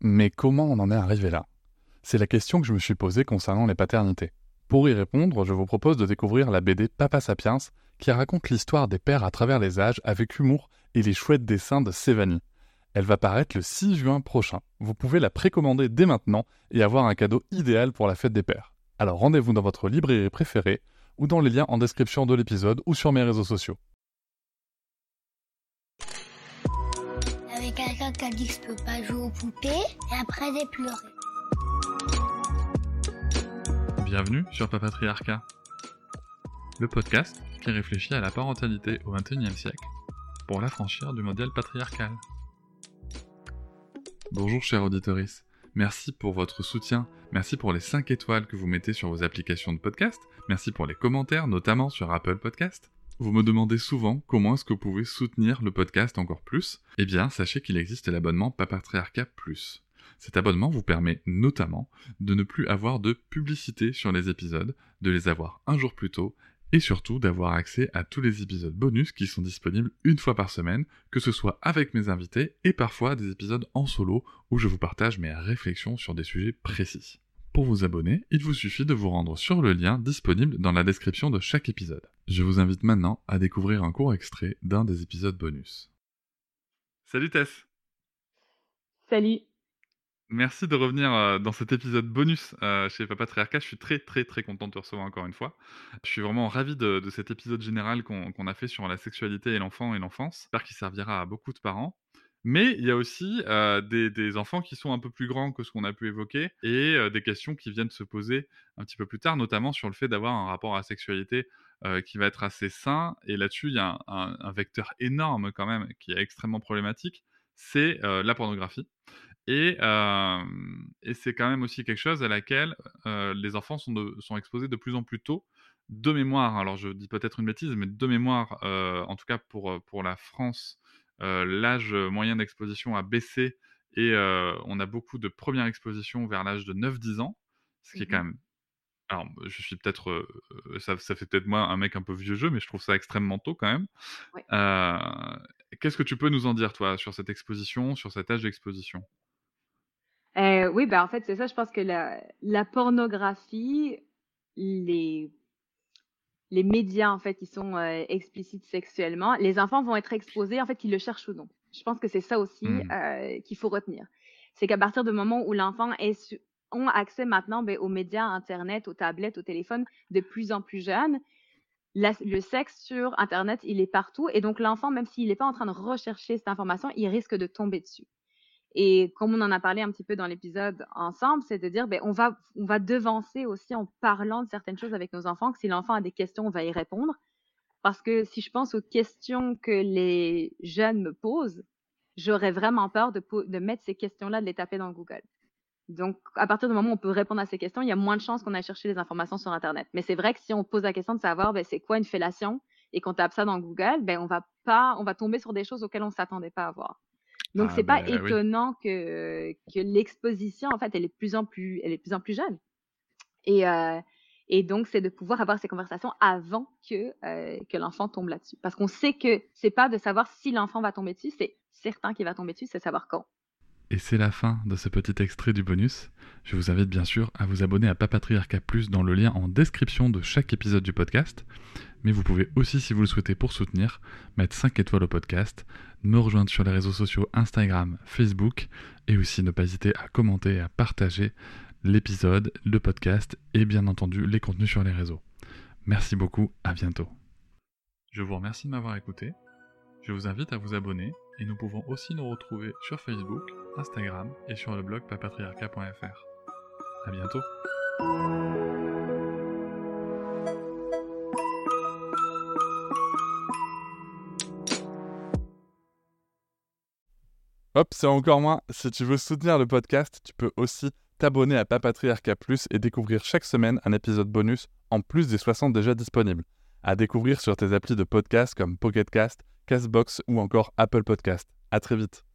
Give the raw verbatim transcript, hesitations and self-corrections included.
Mais comment on en est arrivé là ? C'est la question que je me suis posée concernant les paternités. Pour y répondre, je vous propose de découvrir la B D Papa Sapiens, qui raconte l'histoire des pères à travers les âges avec humour et les chouettes dessins de Sévanie. Elle va paraître le six juin prochain. Vous pouvez la précommander dès maintenant et avoir un cadeau idéal pour la fête des pères. Alors rendez-vous dans votre librairie préférée ou dans les liens en description de l'épisode ou sur mes réseaux sociaux. Il y avait quelqu'un qui a dit que je peux pas jouer aux poupées et après j'ai pleuré. Bienvenue sur Papatriarcat, le podcast qui réfléchit à la parentalité au vingt et unième siècle pour l'affranchir du modèle patriarcal. Bonjour chers auditeurs, merci pour votre soutien, merci pour les cinq étoiles que vous mettez sur vos applications de podcast, merci pour les commentaires, notamment sur Apple Podcast. Vous me demandez souvent comment est-ce que vous pouvez soutenir le podcast encore plus. Eh bien, sachez qu'il existe l'abonnement Papatriarcat Plus. Cet abonnement vous permet notamment de ne plus avoir de publicité sur les épisodes, de les avoir un jour plus tôt, et surtout d'avoir accès à tous les épisodes bonus qui sont disponibles une fois par semaine, que ce soit avec mes invités et parfois des épisodes en solo où je vous partage mes réflexions sur des sujets précis. Pour vous abonner, il vous suffit de vous rendre sur le lien disponible dans la description de chaque épisode. Je vous invite maintenant à découvrir un court extrait d'un des épisodes bonus. Salut Tess! Salut! Merci de revenir euh, dans cet épisode bonus euh, chez Papatriarcat. Je suis très très très content de te recevoir encore une fois. Je suis vraiment ravi de, de cet épisode général qu'on, qu'on a fait sur la sexualité et l'enfant et l'enfance. J'espère qu'il servira à beaucoup de parents. Mais il y a aussi euh, des, des enfants qui sont un peu plus grands que ce qu'on a pu évoquer et euh, des questions qui viennent se poser un petit peu plus tard, notamment sur le fait d'avoir un rapport à la sexualité euh, qui va être assez sain. Et là-dessus, il y a un, un, un vecteur énorme quand même qui est extrêmement problématique, c'est euh, la pornographie. Et, euh, et c'est quand même aussi quelque chose à laquelle euh, les enfants sont, de, sont exposés de plus en plus tôt. De mémoire, alors je dis peut-être une bêtise, mais de mémoire, euh, en tout cas pour, pour la France, euh, l'âge moyen d'exposition a baissé et euh, on a beaucoup de premières expositions vers l'âge de neuf dix ans, ce qui mmh. est quand même... Alors, je suis peut-être... Euh, ça, ça fait peut-être moi un mec un peu vieux jeu, mais je trouve ça extrêmement tôt quand même. Ouais. Euh, qu'est-ce que tu peux nous en dire, toi, sur cette exposition, sur cet âge d'exposition ? Euh, oui, ben en fait, c'est ça. Je pense que la, la pornographie, les, les médias, en fait, qui sont euh, explicites sexuellement, les enfants vont être exposés, en fait, qu'ils le cherchent ou non. Je pense que c'est ça aussi mmh. euh, qu'il faut retenir. C'est qu'à partir du moment où l'enfant est su- ont accès maintenant ben, aux médias, Internet, aux tablettes, aux téléphones, de plus en plus jeunes, la, le sexe sur Internet, il est partout. Et donc, l'enfant, même s'il n'est pas en train de rechercher cette information, il risque de tomber dessus. Et comme on en a parlé un petit peu dans l'épisode ensemble, c'est de dire, ben, on va, on va devancer aussi en parlant de certaines choses avec nos enfants, que si l'enfant a des questions, on va y répondre. Parce que si je pense aux questions que les jeunes me posent, j'aurais vraiment peur de, de mettre ces questions-là, de les taper dans Google. Donc, à partir du moment où on peut répondre à ces questions, il y a moins de chances qu'on aille chercher les informations sur Internet. Mais c'est vrai que si on pose la question de savoir, ben, c'est quoi une fellation, et qu'on tape ça dans Google, ben, on va pas, on va tomber sur des choses auxquelles on s'attendait pas à voir. Donc, ah, c'est ben, pas étonnant oui. que, que l'exposition, en fait, elle est de plus en plus, elle est de plus en plus jeune. Et, euh, et donc, c'est de pouvoir avoir ces conversations avant que, euh, que l'enfant tombe là-dessus. Parce qu'on sait que c'est pas de savoir si l'enfant va tomber dessus, c'est certain qu'il va tomber dessus, c'est savoir quand. Et c'est la fin de ce petit extrait du bonus. Je vous invite bien sûr à vous abonner à Papatriarcat Plus dans le lien en description de chaque épisode du podcast. Mais vous pouvez aussi, si vous le souhaitez pour soutenir, mettre cinq étoiles au podcast, me rejoindre sur les réseaux sociaux Instagram, Facebook, et aussi ne pas hésiter à commenter et à partager l'épisode, le podcast et bien entendu les contenus sur les réseaux. Merci beaucoup, à bientôt. Je vous remercie de m'avoir écouté. Je vous invite à vous abonner et nous pouvons aussi nous retrouver sur Facebook, Instagram et sur le blog papatriarcat point f r. À bientôt. Hop, c'est encore moins. Si tu veux soutenir le podcast, tu peux aussi t'abonner à Papatriarcat Plus et découvrir chaque semaine un épisode bonus en plus des soixante déjà disponibles. À découvrir sur tes applis de podcast comme Pocket Cast, Castbox ou encore Apple Podcast. À très vite.